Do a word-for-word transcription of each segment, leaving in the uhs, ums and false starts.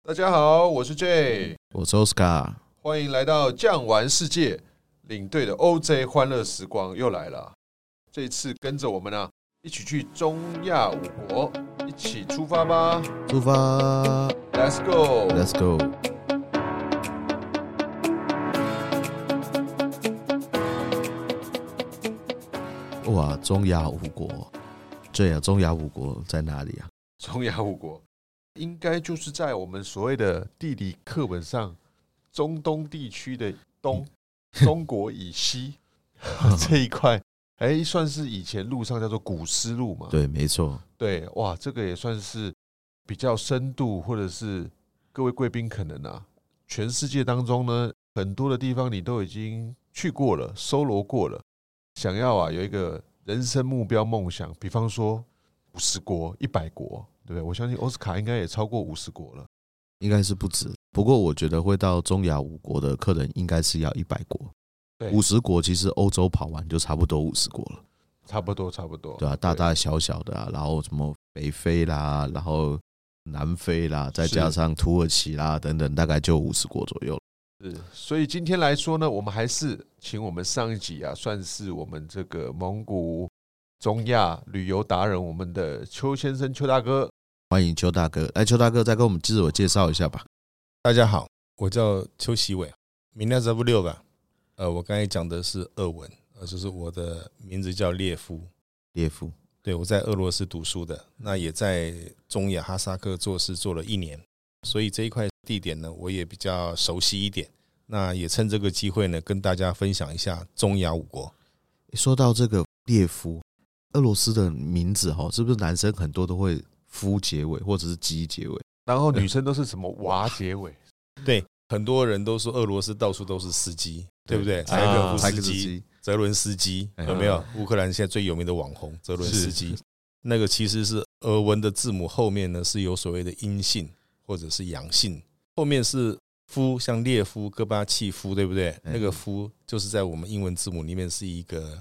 大家好，我是 J， 我是 Oscar， 欢迎来到酱玩世界，领队的 O J 欢乐时光又来了。这一次跟着我们啊，一起去中亚五国，一起出发吧！ 出发 ，Let's go，Let's go。哇，中亚五国，对啊，中亚五国在哪里啊？ 中亚五国应该就是在我们所谓的地理课本上，中东地区的东，中国以西这一块，哎，算是以前路上叫做古丝路嘛。 对，没错。 对，哇，这个也算是比较深度，或者是各位贵宾可能啊，全世界当中呢，很多的地方你都已经去过了，搜罗过了。想要啊有一个人生目标梦想，比方说五十国、一百国。对不对？我相信奥斯卡应该也超过五十国了， 应该是不止。不过我觉得会到中亚五国的客人应该是要一百国，五十国其实欧洲跑完就差不多五十国了， 差不多差不多， 对啊，大大小小的啊，然后什么北非啦，然后南非啦，再加上土耳其啦等等，大概就五十国左右了。 是，所以今天来说呢，我们还是请我们上一集啊，算是我们这个蒙古中亚旅游达人，我们的邱先生、邱大哥， 欢迎邱大哥。来，邱大哥再跟我们自我介绍一下吧。 大家好，我叫邱习伟，明天这不六吧？呃，我刚才讲的是俄文，呃，就是我的名字叫列夫。 列夫， 对，我在俄罗斯读书的，那也在中亚哈萨克做事做了一年，所以这一块地点呢，我也比较熟悉一点。那也趁这个机会呢，跟大家分享一下中亚五国。 说到这个列夫，俄罗斯的名字是不是男生很多都会夫结尾或者是基结尾， 然后女生都是什么娃结尾？ 对，很多人都说俄罗斯到处都是司机，对不对？柴可夫斯基、泽伦斯基，有没有？乌克兰现在最有名的网红泽伦斯基，那个其实是俄文的字母后面呢是有所谓的阴性或者是阳性，后面是夫，像列夫、戈巴契夫，对不对？那个夫就是在我们英文字母里面是一个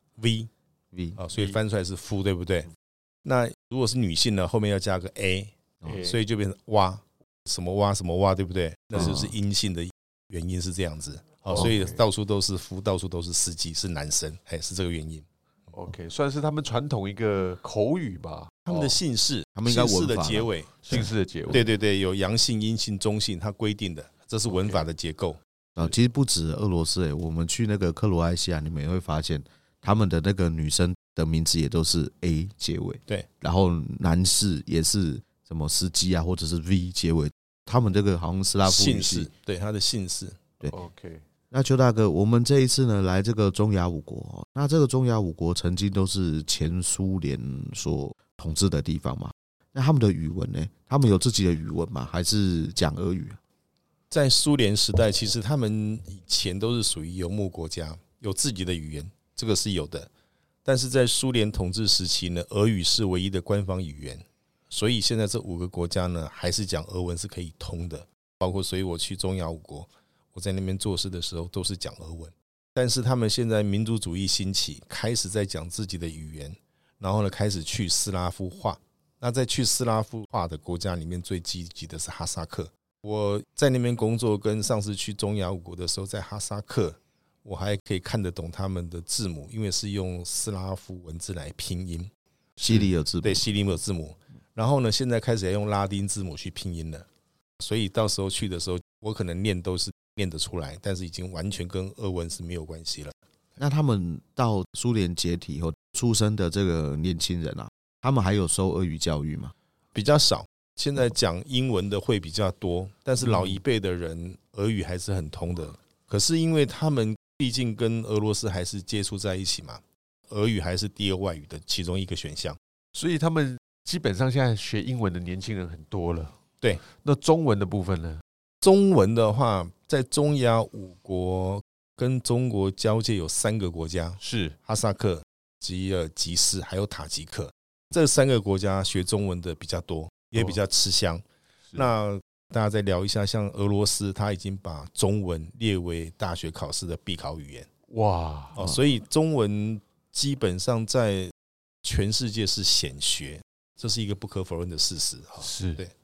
V。V 啊，所以翻出来是夫，对不对？那如果是女性呢，后面要加个 A， 所以就变成蛙，什么蛙什么蛙，对不对？那就是阴性的原因是这样子。好，所以到处都是夫，到处都是司机，是男生，哎，是这个原因。 OK， 算是他们传统一个口语吧。 他们的姓氏， 他们应该姓氏的结尾， 姓氏的结尾， 对对对，有阳性、阴性、中性，它规定的，这是文法的结构。 啊，其实不止俄罗斯，哎，我们去那个克罗埃西亚，你们也会发现。他们的那个女生的名字也都是 A 结尾， 对， 然后男士也是什么司机啊，或者是 V 结尾，他们这个好像斯拉夫姓氏，对，他的姓氏， 对 ，OK。 那邱大哥，我们这一次呢来这个中亚五国，那这个中亚五国曾经都是前苏联所统治的地方嘛？那他们的语文呢？他们有自己的语文吗？还是讲俄语？ 在苏联时代，其实他们以前都是属于游牧国家，有自己的语言。这个是有的，但是在苏联统治时期呢，俄语是唯一的官方语言，所以现在这五个国家呢，还是讲俄文是可以通的。包括所以我去中亚五国，我在那边做事的时候都是讲俄文。但是他们现在民族主义兴起，开始在讲自己的语言，然后呢开始去斯拉夫化。那在去斯拉夫化的国家里面，最积极的是哈萨克。我在那边工作，跟上次去中亚五国的时候，在哈萨克。我还可以看得懂他们的字母，因为是用斯拉夫文字来拼音， 西里尔字母， 对，西里尔字母。然后呢，现在开始要用拉丁字母去拼音了，所以到时候去的时候，我可能念都是念得出来，但是已经完全跟俄文是没有关系了。 那他们到苏联解体以后出生的这个年轻人啊，他们还有受俄语教育吗？ 比较少，现在讲英文的会比较多，但是老一辈的人俄语还是很通的。可是因为他们毕竟跟俄罗斯还是接触在一起嘛，俄语还是第二外语的其中一个选项， 所以他们基本上现在学英文的年轻人很多了。 对， 那中文的部分呢？ 中文的话，在中亚五国跟中国交界有三个国家， 是哈萨克、吉尔吉斯还有塔吉克，这三个国家学中文的比较多，也比较吃香。哦、那大家再聊一下，像俄罗斯，他已经把中文列为大学考试的必考语言。 哇、 哦，所以中文基本上在全世界是显学，这是一个不可否认的事实。 是， 对。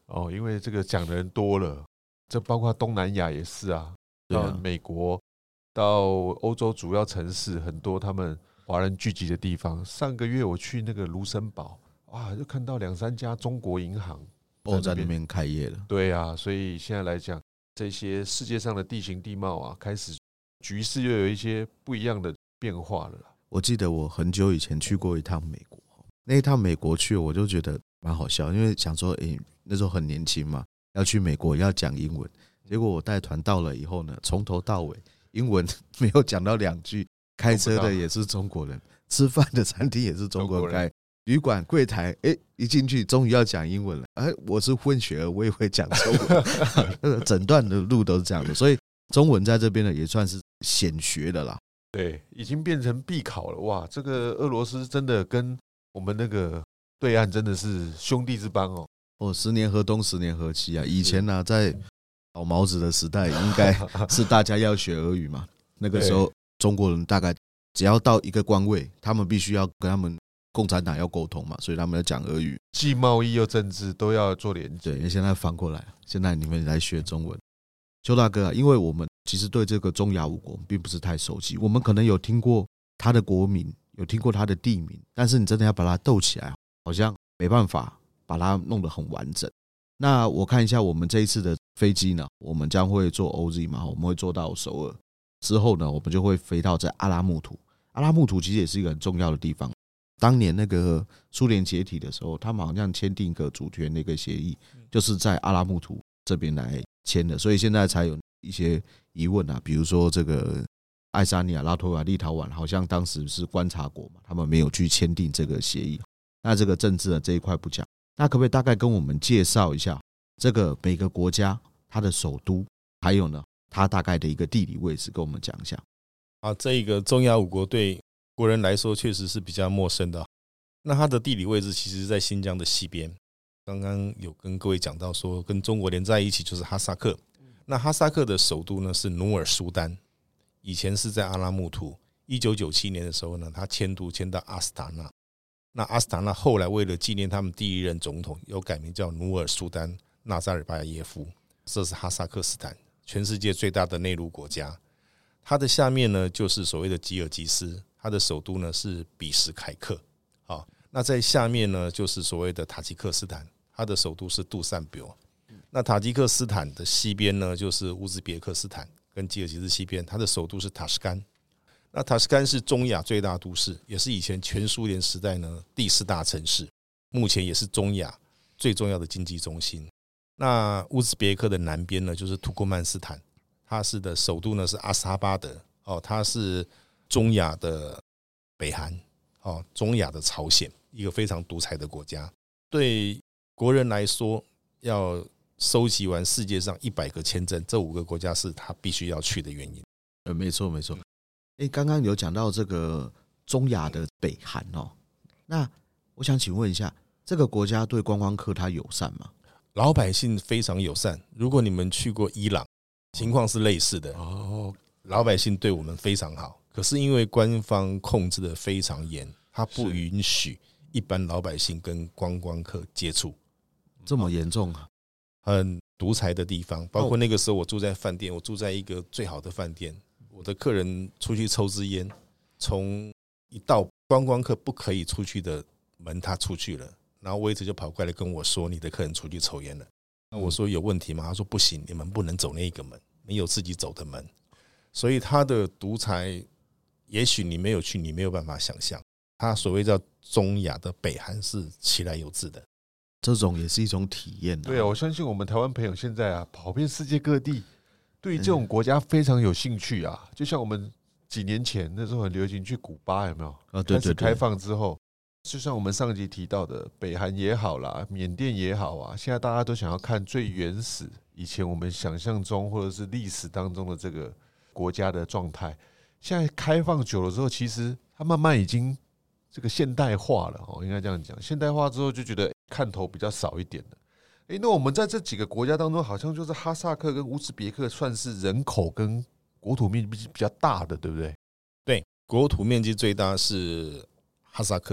哦，因为这个讲的人多了，这包括东南亚也是啊，到美国、到欧洲主要城市，很多他们华人聚集的地方。上个月我去那个卢森堡，哇，就看到两三家中国银行哦在那边开业了。 对啊，所以现在来讲，这些世界上的地形地貌啊，开始局势又有一些不一样的变化了。 我记得我很久以前去过一趟美国，那一趟美国去，我就觉得蛮好笑，因为想说，哎、欸，那时候很年轻嘛，要去美国要讲英文，结果我带团到了以后呢，从头到尾英文没有讲到两句，开车的也是中国人，吃饭的餐厅也是中国人开，旅馆柜台，哎、欸，一进去终于要讲英文了，哎、欸，我是混血儿，我也会讲中文，整段的路都是这样的，所以中文在这边呢也算是显学的啦。 对，已经变成必考了。哇，这个俄罗斯真的跟我们那个对岸真的是兄弟之邦哦。 哦，十年河东，十年河西啊！以前呢、啊，在老毛子的时代，应该是大家要学俄语嘛。那个时候，中国人大概只要到一个官位，他们必须要跟他们共产党要沟通嘛，所以他们要讲俄语， 既贸易又政治都要做连接。 对，现在反过来，现在你们来学中文。邱大哥啊，因为我们其实对这个中亚五国并不是太熟悉，我们可能有听过他的国名，有听过他的地名，但是你真的要把它斗起来，好像没办法把它弄得很完整。那我看一下我们这一次的飞机呢，我们将会坐 O Z 嘛，我们会坐到首尔，之后呢，我们就会飞到在阿拉木图。阿拉木图其实也是一个很重要的地方。当年那个苏联解体的时候，他们好像签订一个主权的一个协议，就是在阿拉木图这边来签的，所以现在才有一些疑问啊，比如说这个爱沙尼亚、拉脱维亚、立陶宛好像当时是观察国嘛，他们没有去签订这个协议。那这个政治的这一块不讲，那可不可以大概跟我们介绍一下这个每个国家它的首都，还有呢它大概的一个地理位置，跟我们讲一下。 啊，这个中亚五国对国人来说确实是比较陌生的。那它的地理位置其实在新疆的西边，刚刚有跟各位讲到说，跟中国连在一起就是哈萨克。那哈萨克的首都呢是努尔苏丹，以前是在阿拉木图。一九九七年的时候呢，他迁都迁到阿斯塔纳。那阿斯塔纳后来为了纪念他们第一任总统，又改名叫努尔苏丹纳扎尔巴耶夫。这是哈萨克斯坦，全世界最大的内陆国家。它的下面呢就是所谓的吉尔吉斯，它的首都呢是比什凯克。好，那在下面呢就是所谓的塔吉克斯坦，它的首都是杜散别。那塔吉克斯坦的西边呢就是乌兹别克斯坦，跟吉尔吉斯西边，它的首都是塔什干。那塔什干是中亚最大都市，也是以前全苏联时代呢第四大城市，目前也是中亚最重要的经济中心。那乌兹别克的南边呢就是土库曼斯坦，它是的首都呢是阿斯哈巴德，哦，它是中亚的北韩，哦，中亚的朝鲜，一个非常独裁的国家。对国人来说，要收集完世界上一百个签证，这五个国家是他必须要去的原因。 呃，没错没错。哎，刚刚有讲到这个中亚的北韩哦，那我想请问一下，这个国家对观光客它友善吗？ 老百姓非常友善。如果你们去过伊朗，情况是类似的哦，老百姓对我们非常好。可是因为官方控制的非常严，他不允许一般老百姓跟观光客接触。 这么严重啊？ 很独裁的地方，包括那个时候我住在饭店，我住在一个最好的饭店，我的客人出去抽支烟，从一道观光客不可以出去的门他出去了，然后waiter就跑过来跟我说，你的客人出去抽烟了。那我说有问题吗？他说不行，你们不能走那个门，没有自己走的门。所以他的独裁也许你没有去，你没有办法想象，他所谓叫中亚的北韩是其来有自的， 这种也是一种体验、啊。 对啊，我相信我们台湾朋友现在啊，跑遍世界各地，对于这种国家非常有兴趣啊。就像我们几年前那时候很流行去古巴，有没有？ 啊，对对对， 开始开放之后，就像我们上集提到的，北韩也好啦，缅甸也好啊，现在大家都想要看最原始，以前我们想象中或者是历史当中的这个国家的状态。现在开放久了之后，其实它慢慢已经这个现代化了哦，应该这样讲。现代化之后就觉得看头比较少一点了。哎，那我们在这几个国家当中，好像就是哈萨克跟乌兹别克算是人口跟国土面积比较大的，对不对？ 对，国土面积最大是哈萨克，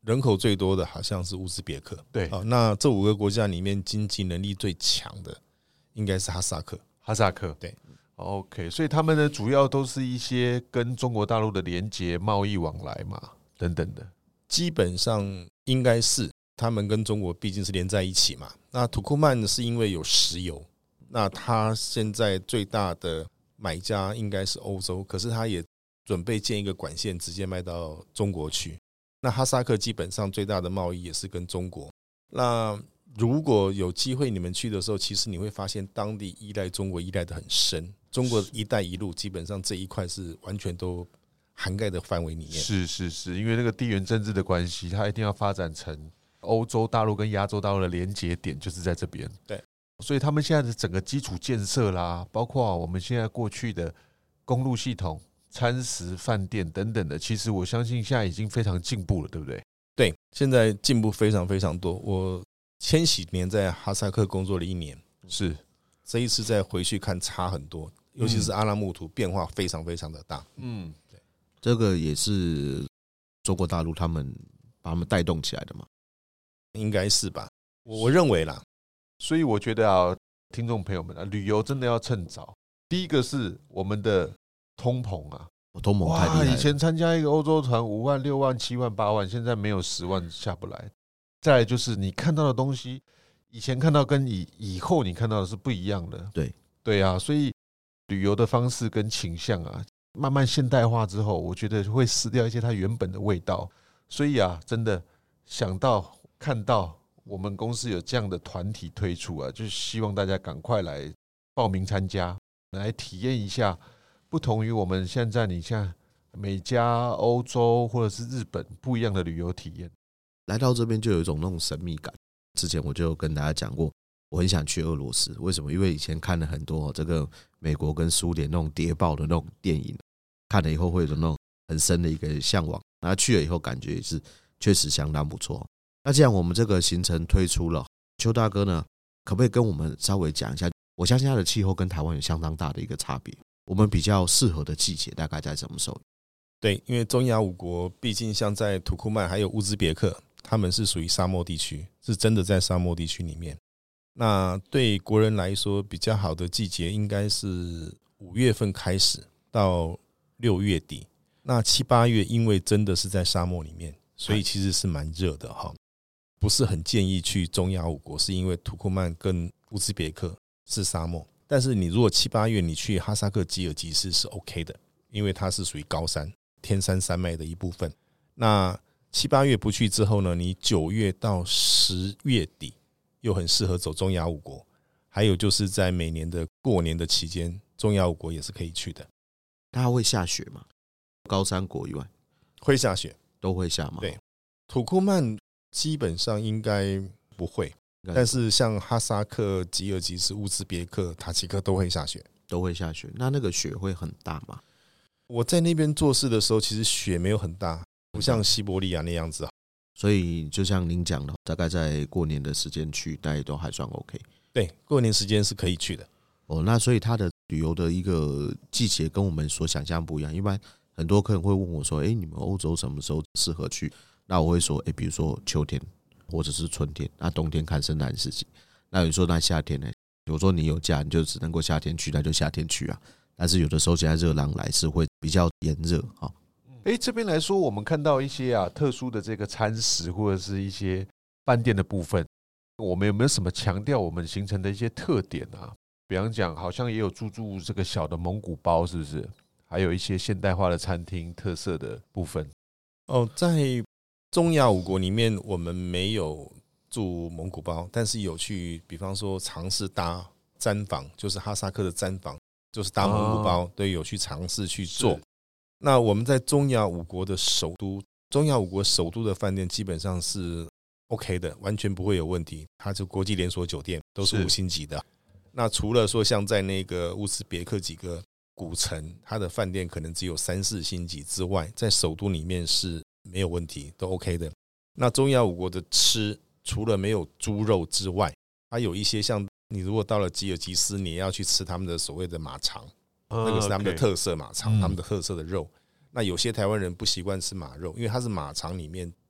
人口最多的好像是乌兹别克， 对， 好，那这五个国家里面经济能力最强的应该是哈萨克。 哈萨克， 对 ，OK， 所以他们呢主要都是一些跟中国大陆的连结、贸易往来嘛，等等的。 基本上应该是他们跟中国毕竟是连在一起嘛。那土库曼是因为有石油，那他现在最大的买家应该是欧洲，可是他也准备建一个管线直接卖到中国去。那哈萨克基本上最大的贸易也是跟中国。那如果有机会你们去的时候，其实你会发现当地依赖中国依赖得很深。中国一带一路基本上这一块是完全都涵盖的范围里面。 是是是，因为那个地缘政治的关系，它一定要发展成欧洲大陆跟亚洲大陆的连结点，就是在这边。 对， 所以他们现在的整个基础建设啦，包括我们现在过去的公路系统、餐食、饭店等等的，其实我相信现在已经非常进步了，对不对？ 对，现在进步非常非常多。我千禧年在哈萨克工作了一年， 是这一次再回去看差很多，尤其是阿拉木图变化非常非常的大。 嗯， 对， 这个也是中国大陆他们把他们带动起来的嘛， 应该是吧？我我认为啦。 所以我觉得啊，听众朋友们啊，旅游真的要趁早。第一个是我们的通膨啊， 通膨太厉害哇！ 了。 以前参加一个欧洲团五万、六万、七万、八万，现在没有十万下不来。再来就是你看到的东西，以前看到跟以以后你看到的是不一样的。 对对啊，所以旅游的方式跟倾向啊，慢慢现代化之后，我觉得会失掉一些它原本的味道。所以啊，真的想到看到我们公司有这样的团体推出啊，就是希望大家赶快来报名参加，来体验一下不同于我们现在你像美加、欧洲或者是日本不一样的旅游体验。 来到这边就有一种那种神秘感。之前我就跟大家讲过，我很想去俄罗斯，为什么？因为以前看了很多这个美国跟苏联那种谍报的那种电影，看了以后会有那种很深的一个向往。然后去了以后感觉也是确实相当不错。那既然我们这个行程推出了，邱大哥呢，可不可以跟我们稍微讲一下？我相信它的气候跟台湾有相当大的一个差别，我们比较适合的季节大概在什么时候？ 对，因为中亚五国毕竟像在土库曼还有乌兹别克，他们是属于沙漠地区，是真的在沙漠地区里面。那对国人来说比较好的季节应该是五月份开始到六月底。那七八月因为真的是在沙漠里面，所以其实是蛮热的哈，不是很建议去中亚五国，是因为土库曼跟乌兹别克是沙漠。但是你如果七八月你去哈萨克吉尔吉斯是 OK 的，因为它是属于高山天山山脉的一部分。那七八月不去之后呢，你九月到十月底又很适合走中亚五国，还有就是在每年的过年的期间，中亚五国也是可以去的。 它会下雪吗？高山国以外会下雪， 都会下吗？ 对，土库曼基本上应该不会，但是像哈萨克、吉尔吉斯、乌兹别克、塔吉克都会下雪， 都会下雪。那那个雪会很大吗？ 我在那边做事的时候，其实雪没有很大，不像西伯利亚那样子。 所以就像您讲的，大概在过年的时间去，大概都还算 OK。 对，过年时间是可以去的。 哦，那所以它的旅游的一个季节跟我们所想象不一样。一般很多客人会问我说：“哎，你们欧洲什么时候适合去？”那我会说：“哎，比如说秋天或者是春天，那冬天看圣诞时期。那有时候那夏天呢？比如说你有假，你就只能够夏天去，那就夏天去啊。但是有的时候现在热浪来是会比较炎热哈。 哎，这边来说，我们看到一些啊特殊的这个餐食或者是一些饭店的部分，我们有没有什么强调我们行程的一些特点啊？比方讲，好像也有驻驻这个小的蒙古包，是不是？还有一些现代化的餐厅特色的部分。 哦，在中亚五国里面，我们没有住蒙古包，但是有去，比方说尝试搭毡房，就是哈萨克的毡房，就是搭蒙古包，哦、对，有去尝试去做。那我们在中亚五国的首都，中亚五国首都的饭店基本上是 OK 的，完全不会有问题。它是国际连锁酒店，都是五星级的。那除了说像在那个乌兹别克几个古城，它的饭店可能只有三四星级之外，在首都里面是没有问题，都 OK 的。那中亚五国的吃，除了没有猪肉之外，它有一些像你如果到了吉尔吉斯，你也要去吃他们的所谓的马肠，那个是他们的特色马肠，他们的特色的肉。那有些台湾人不习惯吃马肉，因为它是马肠里面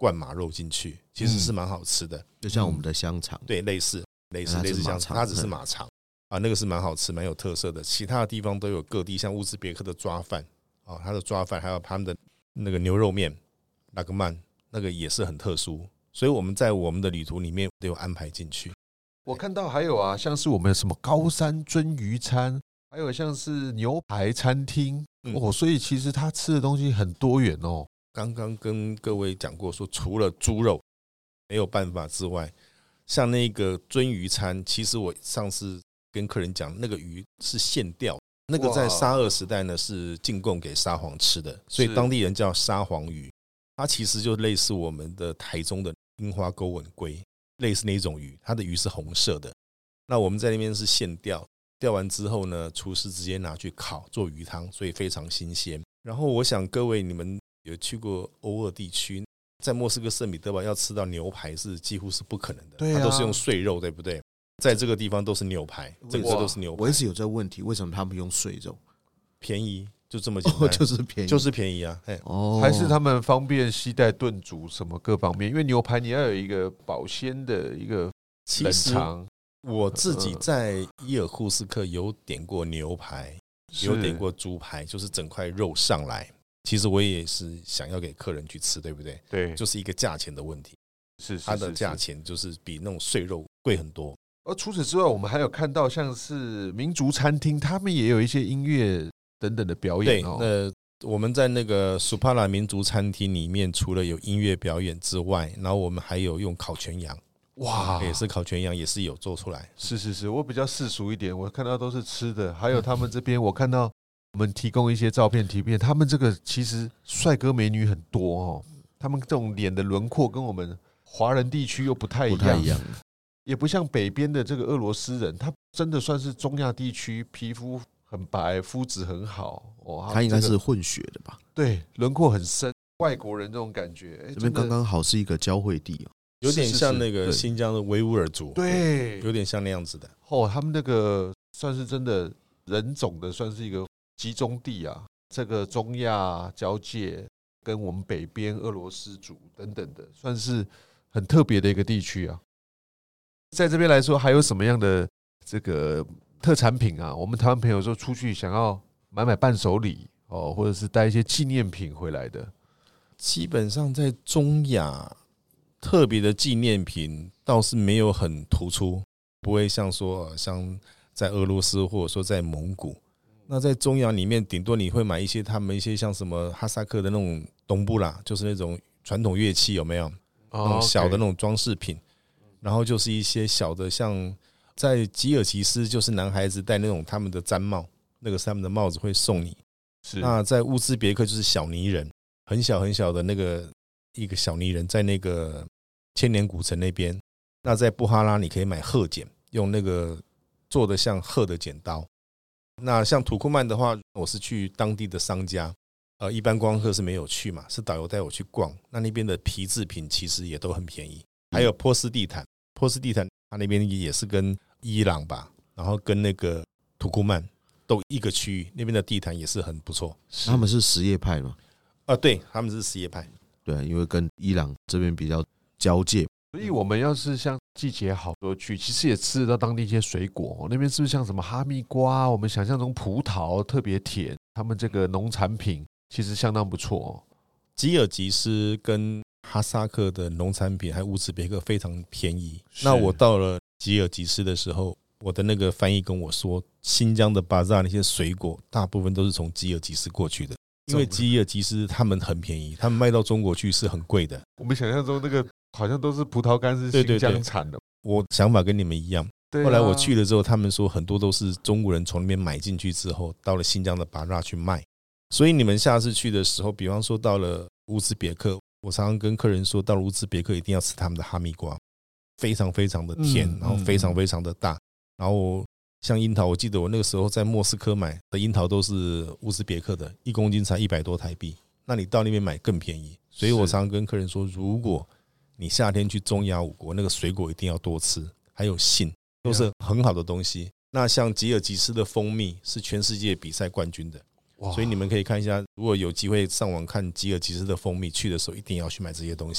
灌马肉进去，其实是蛮好吃的， 就像我们的香肠， 对，类似类似类似香肠，它只是马肠啊，那个是蛮好吃蛮有特色的。其他的地方都有各地，像乌兹别克的抓饭啊，它的抓饭还有他们的那个牛肉面拉格曼，那个也是很特殊，所以我们在我们的旅途里面都有安排进去。 我看到还有啊，像是我们什么高山鳟鱼餐，还有像是牛排餐厅、嗯、哦，所以其实他吃的东西很多元哦。 刚刚跟各位讲过说，除了猪肉没有办法之外，像那个鳟鱼餐，其实我上次跟客人讲，那个鱼是现钓，那个在沙俄时代呢是进贡给沙皇吃的，所以当地人叫沙皇鱼，它其实就类似我们的台中的樱花钩吻龟，类似那种鱼，它的鱼是红色的。那我们在那边是现钓，钓完之后呢，厨师直接拿去烤做鱼汤，所以非常新鲜。然后我想各位你们有去过欧俄地区，在莫斯科圣彼得堡要吃到牛排是几乎是不可能的， 对啊， 它都是用碎肉，对不对？在这个地方都是牛排，整个都是牛排。 我一直有这个问题，为什么他们用碎肉？ 便宜，就这么简单， 哦、就是便宜， 就是便宜啊！ 哦，还是他们方便携带炖煮什么各方面？因为牛排你要有一个保鲜的一个冷藏。 我自己在伊尔库斯克有点过牛排，有点过猪排，就是整块肉上来。其实我也是想要给客人去吃，对不对？ 对， 就是一个价钱的问题。 是， 它的价钱就是比那种碎肉贵很多。 而除此之外，我们还有看到像是民族餐厅，他们也有一些音乐等等的表演哦。 对，那我们在那个苏帕拉民族餐厅里面，除了有音乐表演之外，然后我们还有用烤全羊。哇，也是烤全羊，也是有做出来。 是是是，我比较世俗一点，我看到都是吃的。还有他们这边，我看到我们提供一些照片、图片，他们这个其实帅哥美女很多哦。他们这种脸的轮廓跟我们华人地区又不太一样， 不太一样， 也不像北边的这个俄罗斯人，他真的算是中亚地区，皮肤很白，肤质很好。哦， 他应该是混血的吧？ 对，轮廓很深，外国人这种感觉。欸、 这边刚刚好是一个交汇地哦。 有点像那个新疆的维吾尔族， 对， 有点像那样子的。 哦，他们那个算是真的人种的，算是一个集中地啊。这个中亚交界跟我们北边俄罗斯族等等的，算是很特别的一个地区啊。在这边来说，还有什么样的这个特产品啊？我们台湾朋友说出去想要买买伴手礼哦，或者是带一些纪念品回来的， 基本上在中亚。特别的纪念品倒是没有很突出，不会像说像在俄罗斯或者说在蒙古。那在中亚里面，顶多你会买一些他们一些像什么哈萨克的那种东布拉，就是那种传统乐器，有没有？那种小的那种装饰品，然后就是一些小的，像在吉尔吉斯，就是男孩子戴那种他们的毡帽，那个是他们的帽子会送你。 是。 那在乌兹别克就是小泥人，很小很小的那个一个小泥人，在那个。千年古城那边，那在布哈拉你可以买鹤剪，用那个做的像鹤的剪刀。那像土库曼的话，我是去当地的商家，呃，一般观光客是没有去嘛，是导游带我去逛。那那边的皮制品其实也都很便宜，还有波斯地毯，波斯地毯它那边也是跟伊朗吧，然后跟那个土库曼都一个区域，那边的地毯也是很不错。 他们是什叶派吗？ 啊，对，他们是什叶派。 对，因为跟伊朗这边比较交界， 所以我们要是像季节好多去，其实也吃得到当地一些水果。那边是不是像什么哈密瓜？我们想象中葡萄特别甜，他们这个农产品其实相当不错。 吉尔吉斯跟哈萨克的农产品还有乌兹别克非常便宜。那我到了吉尔吉斯的时候，我的那个翻译跟我说，新疆的巴扎那些水果大部分都是从吉尔吉斯过去的。因为吉尔吉斯他们很便宜，他们卖到中国去是很贵的。 我们想象中那个好像都是葡萄干是新疆产的， 对对对，我想法跟你们一样。 啊、 后来我去了之后，他们说很多都是中国人从那边买进去之后，到了新疆的巴扎去卖。所以你们下次去的时候，比方说到了乌兹别克，我常常跟客人说，到了乌兹别克一定要吃他们的哈密瓜，非常非常的甜，然后非常非常的大，然后。像樱桃，我记得我那个时候在莫斯科买的樱桃都是乌兹别克的，一公斤才一百多台币。那你到那边买更便宜，所以我常常跟客人说，如果你夏天去中亚五国，那个水果一定要多吃，还有杏都是很好的东西。那像吉尔吉斯的蜂蜜是全世界比赛冠军的，所以你们可以看一下，如果有机会上网看吉尔吉斯的蜂蜜，去的时候一定要去买这些东西。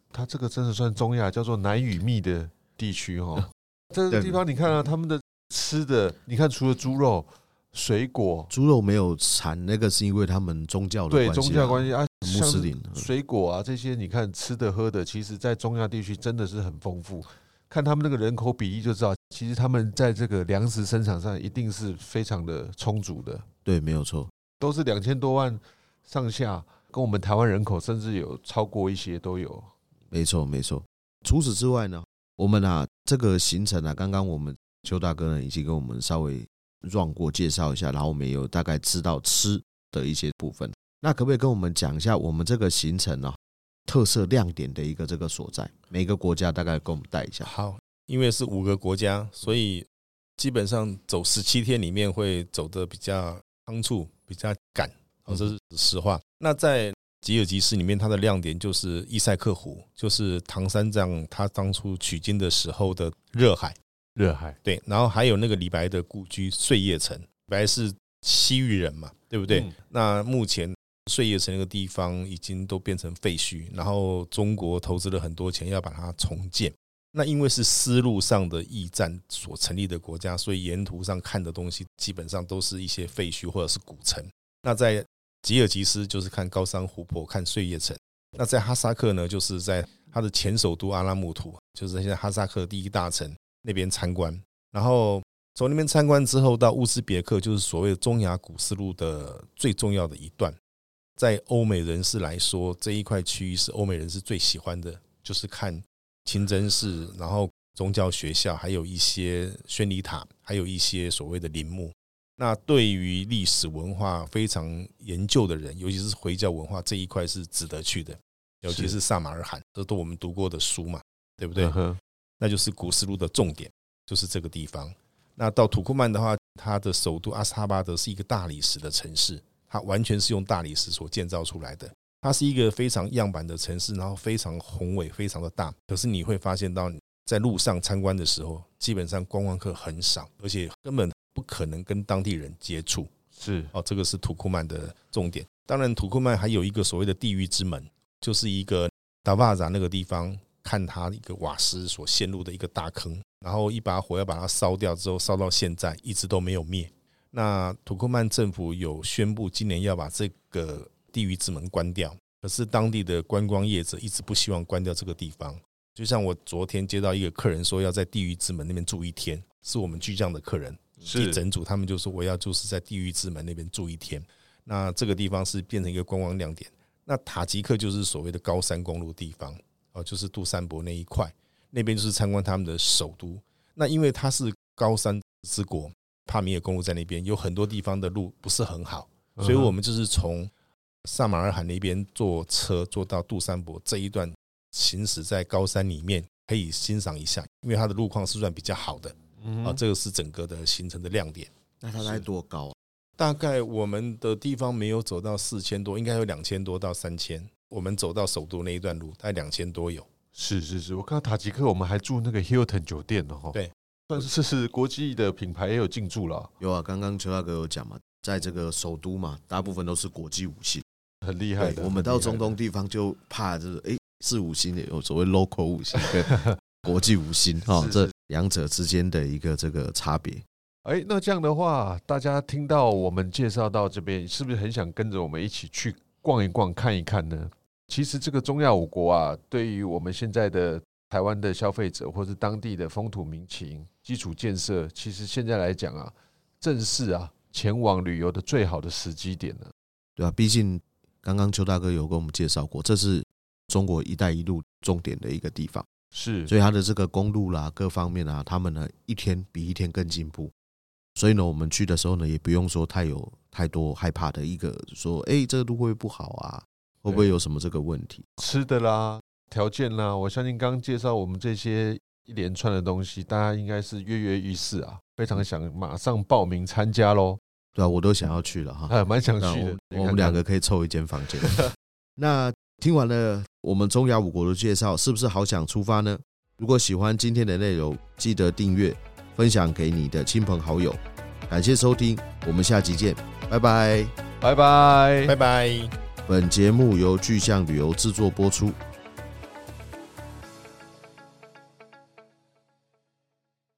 它这个真的算中亚叫做南与密的地区哦。这个地方你看啊，他们的吃的，你看除了猪肉、水果， 猪肉没有产，那个是因为他们宗教的关系、啊， 对宗教关系啊， 穆斯林水果啊这些，你看吃的喝的，其实在中亚地区真的是很丰富。看他们那个人口比例就知道，其实他们在这个粮食生产上一定是非常的充足的。 对，没有错， 都是两千多万上下，跟我们台湾人口甚至有超过一些都有。 没错，没错。除此之外呢，我们啊这个行程啊，刚刚我们邱大哥呢已经跟我们稍微 run 过介绍一下，然后我们也有大概知道吃的一些部分。那可不可以跟我们讲一下我们这个行程啊特色亮点的一个这个所在？每个国家大概跟我们带一下。 好，因为是五个国家，所以基本上走十七天里面会走得比较仓促，比较赶，这是实话。那在吉尔吉斯里面，它的亮点就是伊塞克湖，就是唐三藏他当初取经的时候的热海。 热海对，然后还有那个李白的故居碎叶城，李白是西域人嘛，对不对？嗯、那目前碎叶城那个地方已经都变成废墟，然后中国投资了很多钱要把它重建。那因为是丝路上的驿站所成立的国家，所以沿途上看的东西基本上都是一些废墟或者是古城。那在吉尔吉斯就是看高山湖泊，看碎叶城。那在哈萨克呢，就是在它的前首都阿拉木图，就是现在哈萨克第一大城那边参观。然后从那边参观之后到乌兹别克，就是所谓的中亚古丝路的最重要的一段。在欧美人士来说，这一块区域是欧美人士最喜欢的，就是看清真寺，然后宗教学校，还有一些宣礼塔，还有一些所谓的陵墓。那对于历史文化非常研究的人，尤其是回教文化这一块是值得去的，尤其是萨马尔罕，这都我们读过的书嘛，对不对？嗯、那就是古丝路的重点，就是这个地方。那到土库曼的话，它的首都阿斯哈巴德是一个大理石的城市，它完全是用大理石所建造出来的。它是一个非常样板的城市，然后非常宏伟，非常的大。可是你会发现到在路上参观的时候，基本上观光客很少，而且根本不可能跟当地人接触。 是哦，这个是土库曼的重点。当然，土库曼还有一个所谓的地狱之门，就是一个达瓦扎那个地方，看它一个瓦斯所陷入的一个大坑，然后一把火要把它烧掉之后，烧到现在一直都没有灭。那土库曼政府有宣布今年要把这个地狱之门关掉，可是当地的观光业者一直不希望关掉这个地方。就像我昨天接到一个客人说要在地狱之门那边住一天，是我们巨匠的客人，一整组他们就说我要就是在地狱之门那边住一天。那这个地方是变成一个观光亮点。那塔吉克就是所谓的高山公路地方，就是杜珊伯那一块，那边就是参观他们的首都。那因为它是高山之国，帕米尔公路在那边，有很多地方的路不是很好，所以我们就是从萨马尔罕那边坐车坐到杜珊伯这一段，行驶在高山里面，可以欣赏一下，因为它的路况是算比较好的。啊，这个是整个的行程的亮点。 那它大概多高啊？ 大概我们的地方没有走到四千多，应该有两千多到三千。我们走到首都那一段路，大概两千多有。 是是是，我看到塔吉克，我们还住那个 Hilton 酒店哦。 对， 算是是国际的品牌也有进驻了。 有啊，刚刚邱大哥有讲嘛，在这个首都嘛，大部分都是国际五星， 很厉害的。 我们到中东地方就怕就是哎，是五星的，有所谓 local 五星跟国际五星哈，这两者之间的一个这个差别。 哎，那这样的话，大家听到我们介绍到这边，是不是很想跟着我们一起去逛一逛、看一看呢？其实这个中亚五国啊，对于我们现在的台湾的消费者，或是当地的风土民情、基础建设，其实现在来讲啊，正是啊前往旅游的最好的时机点了。 对啊，毕竟刚刚邱大哥有跟我们介绍过，这是中国一带一路重点的一个地方， 是， 所以它的这个公路啦，各方面啊，他们呢一天比一天更进步。所以呢，我们去的时候呢，也不用说太有太多害怕的一个说，哎、欸，这个路会不会不好啊？会不会有什么这个问题？ 吃的啦，条件啦，我相信刚刚介绍我们这些一连串的东西，大家应该是跃跃欲试啊，非常想马上报名参加咯。 对啊，我都想要去了哈， 蛮想去的。 我们两个可以凑一间房间。那听完了我们中亚五国的介绍，是不是好想出发呢？如果喜欢今天的内容，记得订阅、分享给你的亲朋好友。感谢收听，我们下集见，拜拜， 拜拜， 拜拜。 本节目由巨匠旅游制作播出。